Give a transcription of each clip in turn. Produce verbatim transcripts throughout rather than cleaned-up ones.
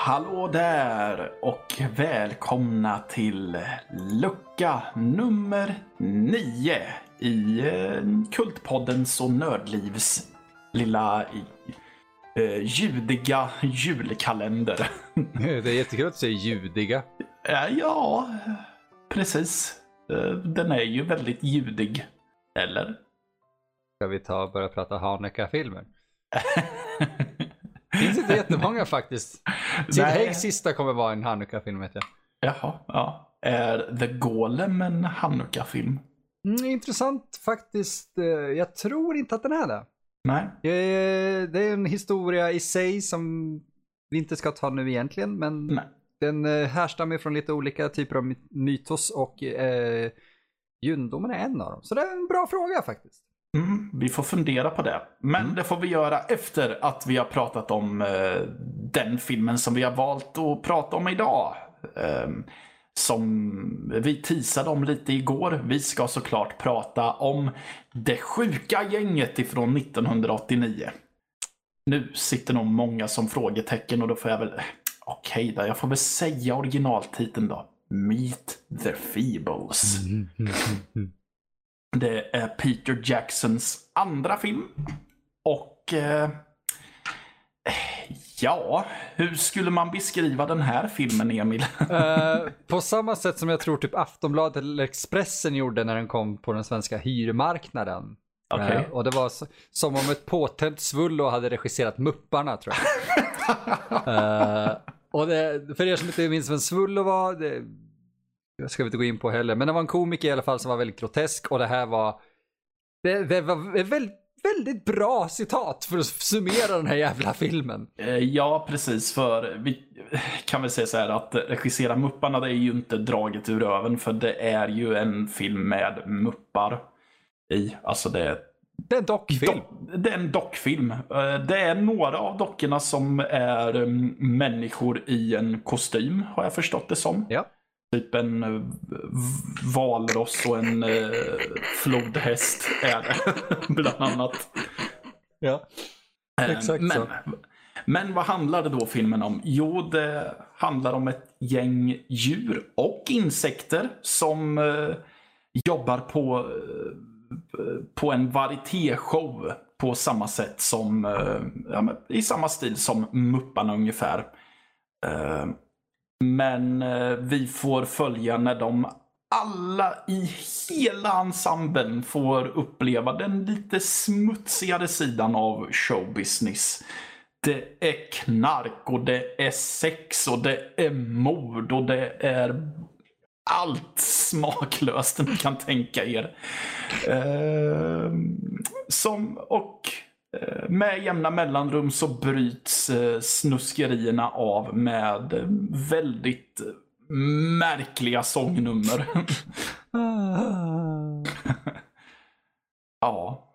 Hallå där och välkomna till lucka nummer nio i Kultpoddens och Nördlivs lilla eh, judiga julkalender. Det är jättekul att säga judiga. Ja, precis. Den är ju väldigt judig, eller? Ska vi ta och börja prata Hanukkah-filmer? Det finns inte jättemånga faktiskt. Sid Haigs sista kommer vara en Hanukkah-film, vet jag. Jaha, ja. Är The Golem en Hanukkah-film? Mm, intressant faktiskt. Jag tror inte att den är det. Nej. Det är en historia i sig som vi inte ska ta nu egentligen, men Nej. Den härstammar från lite olika typer av mytos och eh, jundomen är en av dem. Så det är en bra fråga faktiskt. Mm, vi får fundera på det. Men mm. det får vi göra efter att vi har pratat om eh, den filmen som vi har valt att prata om idag. Eh, som vi teasade om lite igår. Vi ska såklart prata om Det sjuka gänget ifrån nittonhundraåttionio. Nu sitter nog många som frågetecken och då får jag väl... Okej då, jag får väl säga originaltiteln då. Meet the Feebles. Mm, mm, mm. Det är Peter Jacksons andra film. Och eh, ja, hur skulle man beskriva den här filmen, Emil? uh, på samma sätt som jag tror typ Aftonbladet eller Expressen gjorde när den kom på den svenska hyrmarknaden. Okay. Uh, och det var så, som om ett påtänt Svullo hade regisserat Mupparna, tror jag. uh, och det, för er som inte minns vem Svullo var, det jag ska vi inte gå in på heller, men det var en komiker i alla fall som var väldigt grotesk, och det här var det, det var ett väldigt, väldigt bra citat för att summera den här jävla filmen. Ja, precis, för vi kan väl säga så här att regissera Mupparna, det är ju inte draget ur röven, för det är ju en film med muppar i, alltså det är Det är en dockfilm. Do- det är en dockfilm. Det är några av dockorna som är människor i en kostym, har jag förstått det som. Ja. Typ en uh, valross och en uh, flodhäst är det, bland annat. Ja, exakt men, så. Men vad handlar det då filmen om? Jo, det handlar om ett gäng djur och insekter som uh, jobbar på, uh, på en varietéshow på samma sätt som, uh, ja, i samma stil som Mupparna ungefär. Uh, Men eh, vi får följa när de alla i hela ensemblen får uppleva den lite smutsigare sidan av showbusiness. Det är knark och det är sex och det är mord och det är allt smaklöst ni kan tänka er. Eh, som och... Med jämna mellanrum så bryts snuskerierna av med väldigt märkliga sångnummer. Ja.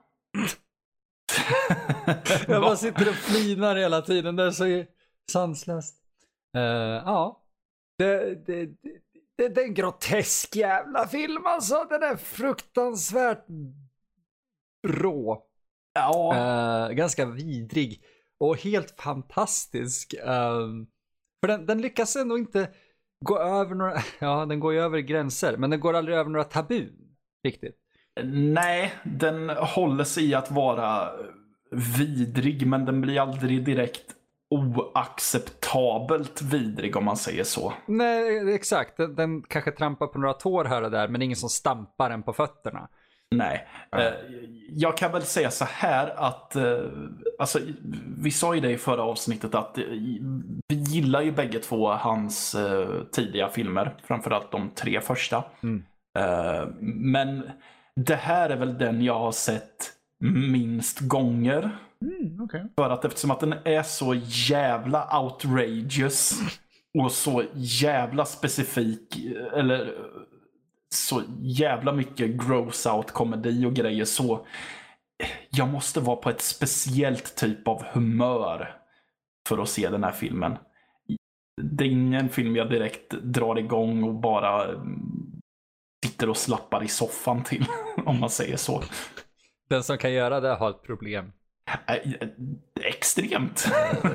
Jag bara sitter och flinar hela tiden. Det är så sanslöst. Uh, ja. Det, det, det, det är en grotesk jävla film alltså. Den är fruktansvärt rå. Ja. Uh, ganska vidrig och helt fantastisk. Uh, för den, den lyckas ändå inte gå över några, ja, den går ju över gränser, men den går aldrig över några tabun riktigt. Nej, den håller sig i att vara vidrig, men den blir aldrig direkt oacceptabelt vidrig, om man säger så. Nej, exakt. Den, den kanske trampar på några tår här och där, men ingen som stampar den på fötterna. Nej, eh, jag kan väl säga så här att eh, alltså, vi sa ju det i förra avsnittet att eh, vi gillar ju bägge två hans eh, tidiga filmer, framförallt de tre första. Mm. Eh, men det här är väl den jag har sett minst gånger. Mm, okay. För att eftersom att den är så jävla outrageous och så jävla specifik, eller så jävla mycket gross out komedi och grejer, så jag måste vara på ett speciellt typ av humör för att se den här filmen. Det är ingen film jag direkt drar igång och bara sitter och slappar i soffan till, om man säger så. Den som kan göra det har ett problem. Extremt.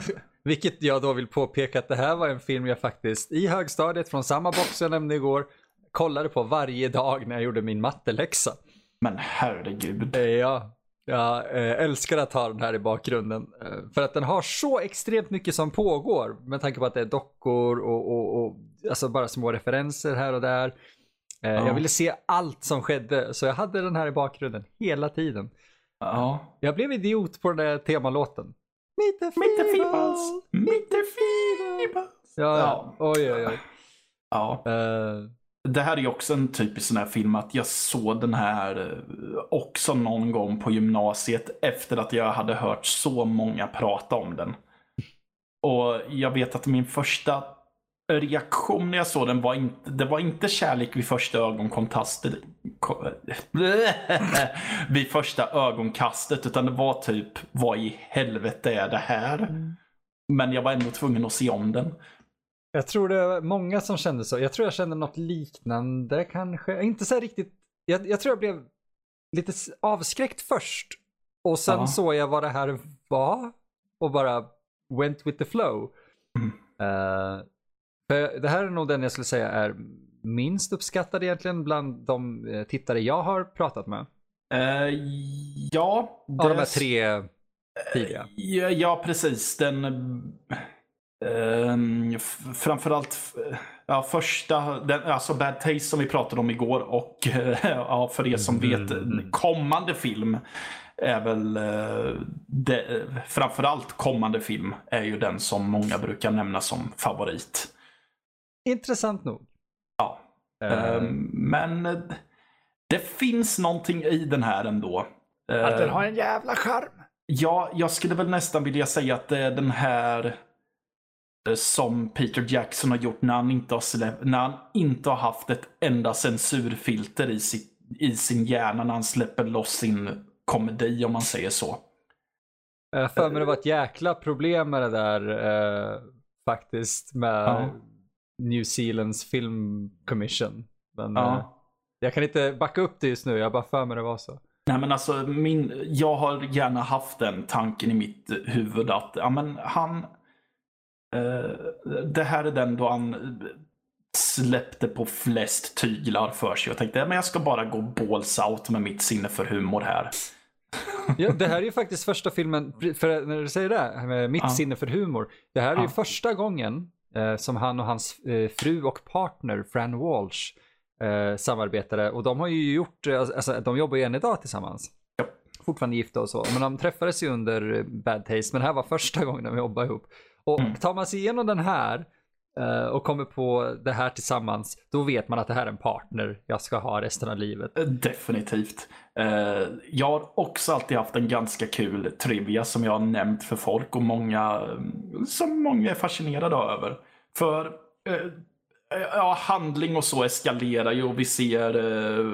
Vilket jag då vill påpeka att det här var en film jag faktiskt i högstadiet från samma box jag nämnde igår kollade på varje dag när jag gjorde min matteläxa. Men herregud. Ja, jag älskar att ha den här i bakgrunden. För att den har så extremt mycket som pågår. Med tanke på att det är dockor och, och, och alltså bara små referenser här och där. Ja. Jag ville se allt som skedde. Så jag hade den här i bakgrunden hela tiden. Ja. Jag blev idiot på den där temalåten. Meet the Feebles! Meet the Feebles! Ja, ja. Oj, oj, oj. Ja. Uh... Det här är ju också en typisk sån här film att jag såg den här också någon gång på gymnasiet efter att jag hade hört så många prata om den. Och jag vet att min första reaktion när jag såg den var inte, det var inte kärlek vid första ögonkastet vid första ögonkastet, utan det var typ, vad i helvete är det här? Mm. Men jag var ändå tvungen att se om den. Jag tror det var många som kände så. Jag tror jag kände något liknande kanske. Inte så här riktigt. Jag, jag tror jag blev lite avskräckt först. Och sen ja. såg jag vad det här var. Och bara went with the flow. Mm. Uh, för det här är nog den jag skulle säga är minst uppskattad egentligen bland de tittare jag har pratat med. Uh, ja. Det... Av de här tre tidiga. Uh, ja, ja, precis. Den... Um, framförallt ja, första den, alltså Bad Taste som vi pratade om igår och ja, för er som vet kommande film är väl uh, det, framförallt kommande film är ju den som många brukar nämna som favorit. Intressant nog. Ja. Uh. Um, men det finns någonting i den här ändå. Att den har en jävla charm. Ja, jag skulle väl nästan vilja säga att det är den här som Peter Jackson har gjort när han inte har, släpp, när han inte har haft ett enda censurfilter i, si, i sin hjärna när han släpper loss sin komedi, om man säger så. Jag för mig det var ett jäkla problem med det där eh, faktiskt med ja. New Zealands Film Commission. Men ja. eh, jag kan inte backa upp det just nu, jag bara för mig det var så. Nej, men alltså min, jag har gärna haft den tanken i mitt huvud att ja, men han Uh, det här är den då han släppte på flest tyglar för sig och tänkte men jag ska bara gå balls out med mitt sinne för humor här. Ja, det här är ju faktiskt första filmen, för när du säger det med mitt uh. sinne för humor, det här är uh. ju första gången eh, som han och hans eh, fru och partner Fran Walsh eh, samarbetade, och de har ju gjort, alltså de jobbar ju än idag tillsammans. Ja. Fortfarande gifta och så, men de träffades ju under Bad Taste, men det här var första gången de jobbade ihop. Och mm. tar man sig igenom den här uh, och kommer på det här tillsammans, då vet man att det här är en partner jag ska ha resten av livet. Definitivt. Uh, jag har också alltid haft en ganska kul trivia som jag har nämnt för folk och många som många är fascinerade över. För uh, ja, handling och så eskalerar ju och vi ser uh,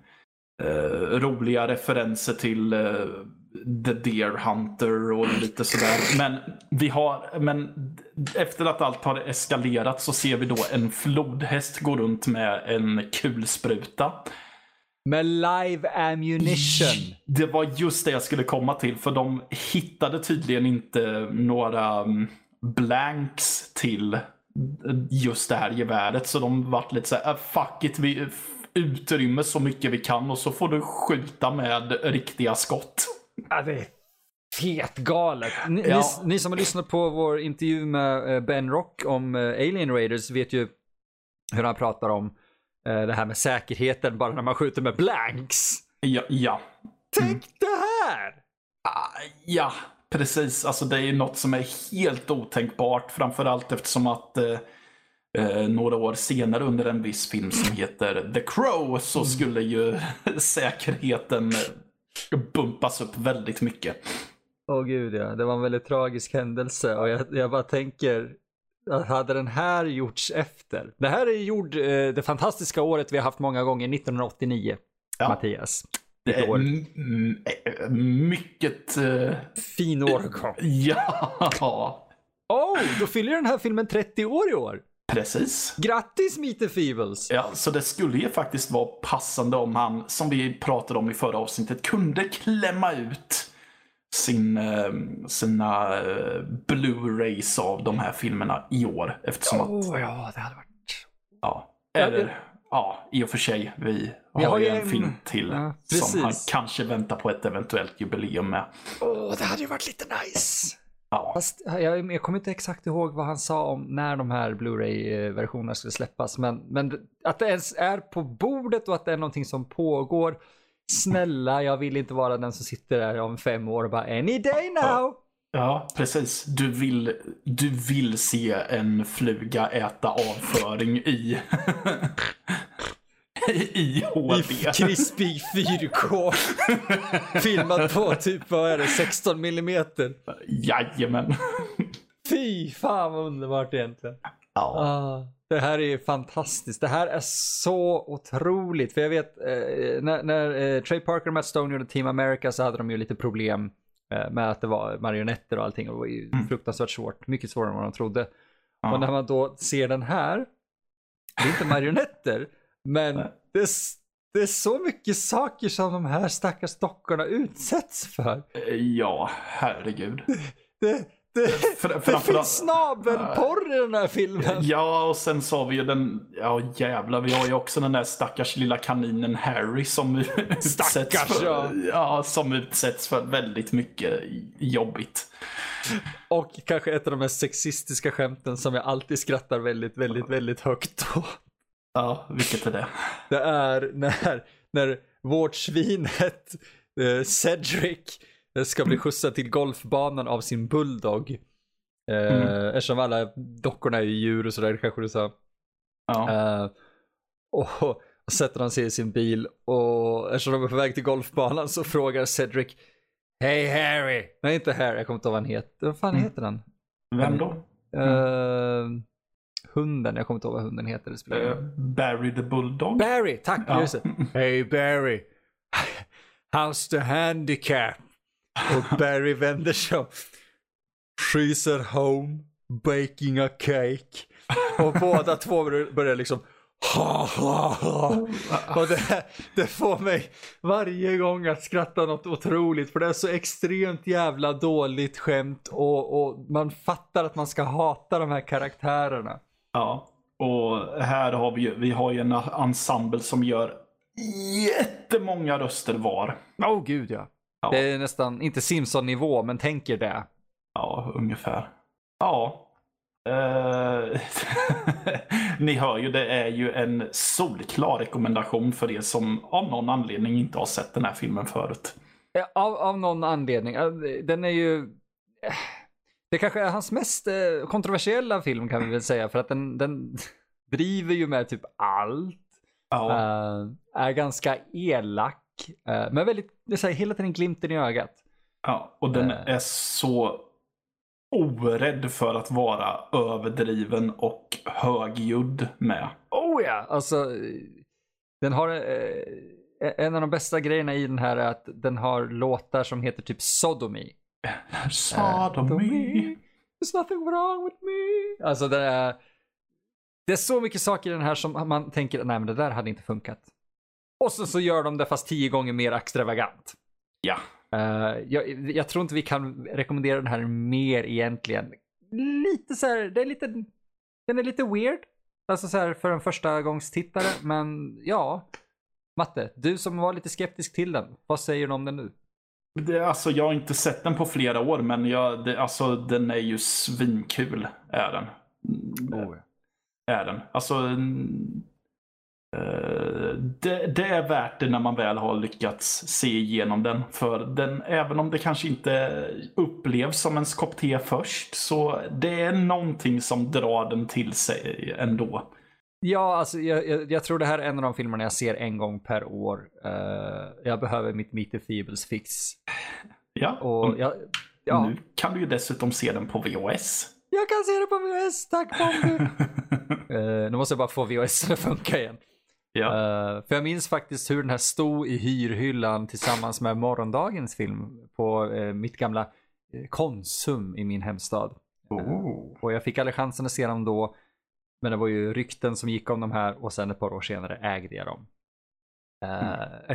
uh, roliga referenser till uh, The Deer Hunter och lite sådär. Men vi har, men efter att allt har eskalerat så ser vi då en flodhäst gå runt med en kulspruta. Med live ammunition. Det var just det jag skulle komma till, för de hittade tydligen inte några blanks till just det här geväret, så de vart lite så här, fuck it, vi utrymme så mycket vi kan och så får du skjuta med riktiga skott. Ja, det är fet galet. Ni, ja. ni, ni som har lyssnat på vår intervju med Ben Rock om Alien Raiders vet ju hur han pratar om det här med säkerheten bara när man skjuter med blanks. Ja, ja. Tänk mm. det här! Ah, ja, precis. Alltså det är ju något som är helt otänkbart, framförallt eftersom att eh, några år senare under en viss film som heter The Crow så skulle ju säkerheten bumpas upp väldigt mycket. Åh gud ja, det var en väldigt tragisk händelse och jag, jag bara tänker att hade den här gjorts efter. Det här är gjord eh, det fantastiska året vi har haft många gånger, nittonhundraåttionio, ja. Mattias. Det är m- m- mycket uh... fin årgång. Ja. Oh, då fyller den här filmen trettio år i år. Precis. Grattis Meet the Feebles. Ja, så det skulle ju faktiskt vara passande om han, som vi pratade om i förra avsnittet, kunde klämma ut sin, eh, sina eh, Blu-rays av de här filmerna i år. Eftersom oh, att... ja, det hade varit... Ja, eller... Ja, i och för sig. Vi har, har ju ju en, en film till ja, som han kanske väntar på ett eventuellt jubileum med. Åh, oh, det hade ju varit lite nice. Ja. Fast jag, jag kommer inte exakt ihåg vad han sa om när de här Blu-ray-versionerna skulle släppas. Men, men att det ens är på bordet och att det är någonting som pågår. Snälla, jag vill inte vara den som sitter där om fem år och bara any day now. Ja, precis. Du vill, du vill se en fluga äta avföring i i H D. I krispig fyra K. Filmat på typ, vad är det, sexton millimeter. Jajamän. Fy fan vad underbart egentligen. Ja. Ah, det här är fantastiskt. Det här är så otroligt. För jag vet, eh, när, när eh, Trey Parker och Matt Stone gjorde Team America så hade de ju lite problem eh, med att det var marionetter och allting. Och det var ju mm. fruktansvärt svårt. Mycket svårare än vad de trodde. Ja. Och när man då ser den här, det är inte marionetter, men det är, det är så mycket saker som de här stackars dockorna utsätts för. Ja, herregud. Det, det, för, för, det finns snabelporr i den här filmen. Ja, och sen så har vi ju den, ja jävlar, vi har ju också den där stackars lilla kaninen Harry som utsätts för, ja. Ja, som utsätts för väldigt mycket jobbigt. Och kanske ett av de mest sexistiska skämten som jag alltid skrattar väldigt, väldigt, väldigt högt på. Ja, vilket är det? Det är när, när vårt svinet eh, Cedric ska bli skjutsad till golfbanan av sin bulldog. Eh, mm. Eftersom alla dockorna är djur och sådär, kanske du sa. Ja. Eh, och, och sätter han sig i sin bil och eftersom de är på väg till golfbanan så frågar Cedric: Hey Harry! Nej, inte Harry, jag kommer inte ihåg vad han heter. Vad fan mm. heter han? Vem då? Mm. Uh, hunden, jag kommer inte ihåg vad hunden heter. Det uh, Barry the Bulldog? Barry, tack! Ja. Just det. Hey Barry! How's the handicap? Och Barry vänder sig om. She's at home baking a cake. Och båda två börjar liksom ha, ha, ha. Och det, det får mig varje gång att skratta något otroligt. För det är så extremt jävla dåligt skämt. Och, och man fattar att man ska hata de här karaktärerna. Ja, och här har vi ju, vi har ju en ensemble som gör jättemånga röster var. Åh oh, gud ja. Ja. Det är nästan, inte Simpson-nivå, men tänker det. Ja, ungefär. Ja. Uh, ni hör ju, det är ju en solklar rekommendation för er som av någon anledning inte har sett den här filmen förut. Av, av någon anledning. Den är ju... Det kanske är hans mest kontroversiella film, kan vi väl säga. För att den, den driver ju med typ allt. Ja. Uh, är ganska elak. Uh, men väldigt, det säger hela tiden glimten i ögat. Ja, och den uh. är så orädd för att vara överdriven och högljudd med. Oh ja, alltså den har uh, en av de bästa grejerna i den här är att den har låtar som heter typ Sodomy. Sodomy. There's nothing wrong with me. Alltså det är det är så mycket saker i den här som man tänker, nej men det där hade inte funkat. Och så, så gör de det fast tio gånger mer extravagant. Ja. Uh, jag, jag tror inte vi kan rekommendera den här mer egentligen. Lite så här, det är lite, den är lite weird. Alltså så här för en första gångs tittare. Men ja, Matte, du som var lite skeptisk till den, vad säger du om den nu? Det, alltså jag har inte sett den på flera år, men jag, det, alltså, den är ju svinkul, är den. Oh. Är den. Alltså... Det, det är värt det när man väl har lyckats se igenom den. För den, även om det kanske inte upplevs som en kopp te först, så det är någonting som drar den till sig ändå. Ja, alltså jag, jag, jag tror det här är en av de filmerna jag ser en gång per år. uh, Jag behöver mitt Meet the Feebles fix. Ja, och jag, ja. Nu kan du ju dessutom se den på V H S. Jag kan se det på V H S, tack Bombi. uh, Nu måste jag bara få V H S att funka igen. Ja. Uh, för jag minns faktiskt hur den här stod i hyrhyllan tillsammans med morgondagens film på uh, mitt gamla uh, Konsum i min hemstad. Oh. Uh, och jag fick aldrig chansen att se dem då, men det var ju rykten som gick om de här och sen ett par år senare ägde jag dem. Uh, mm. Ett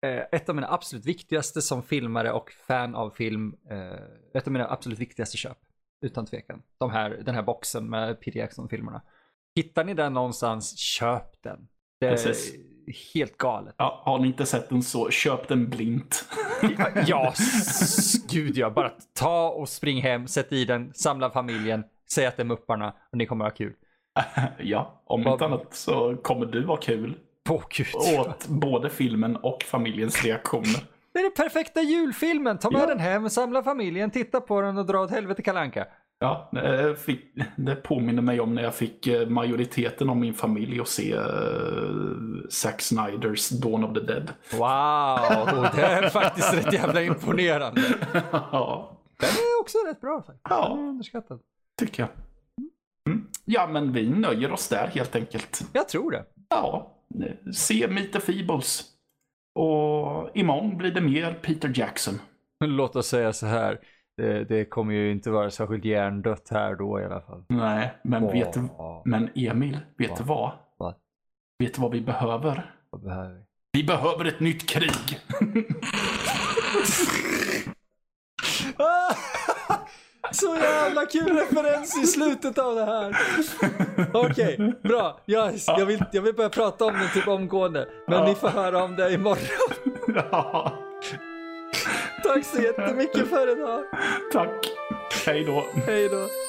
eh, ett av mina absolut viktigaste som filmare och fan av film. Eh, ett av mina absolut viktigaste köp. Utan tvekan. De här, den här boxen med Peter Jackson-filmerna. Hittar ni den någonstans, köp den. Det är Precis. helt galet. Ja, har ni inte sett den så köp den blint. Ja, gud ja. Bara ta och spring hem, sätt i den, samla familjen, säg att det är Mupparna och ni kommer ha kul. Ja, om inte annat så kommer du ha kul. Åh, Gud. Åt både filmen och familjens reaktioner. Det är den perfekta julfilmen. Ta med ja. den hem, samla familjen, titta på den och dra åt helvete Kalle Anka. Ja, det, fick, det påminner mig om när jag fick majoriteten av min familj att se uh, Zack Snyders Dawn of the Dead. Wow, det är faktiskt rätt jävla imponerande. Ja. Den är också rätt bra faktiskt. Ja, den är underskattad. Tycker jag. Mm. Ja, men vi nöjer oss där helt enkelt. Jag tror det. Ja, se Meet the Feebles. Och imorgon blir det mer Peter Jackson. Låt oss säga så här. Det, det kommer ju inte vara särskilt hjärndött här då i alla fall. Nej, men, oh. vet du, men Emil, vet oh. du vad? Vad? Vet du vad vi behöver? Vad behöver vi? Vi behöver ett nytt krig. Så jävla kul referens i slutet av det här. Okej, okay, bra. Jag, jag, vill, jag vill börja prata om det typ omgående. Men ja. ni får höra om det imorgon. Ja. Tack så jättemycket för idag. Tack. Hej då. Hej då.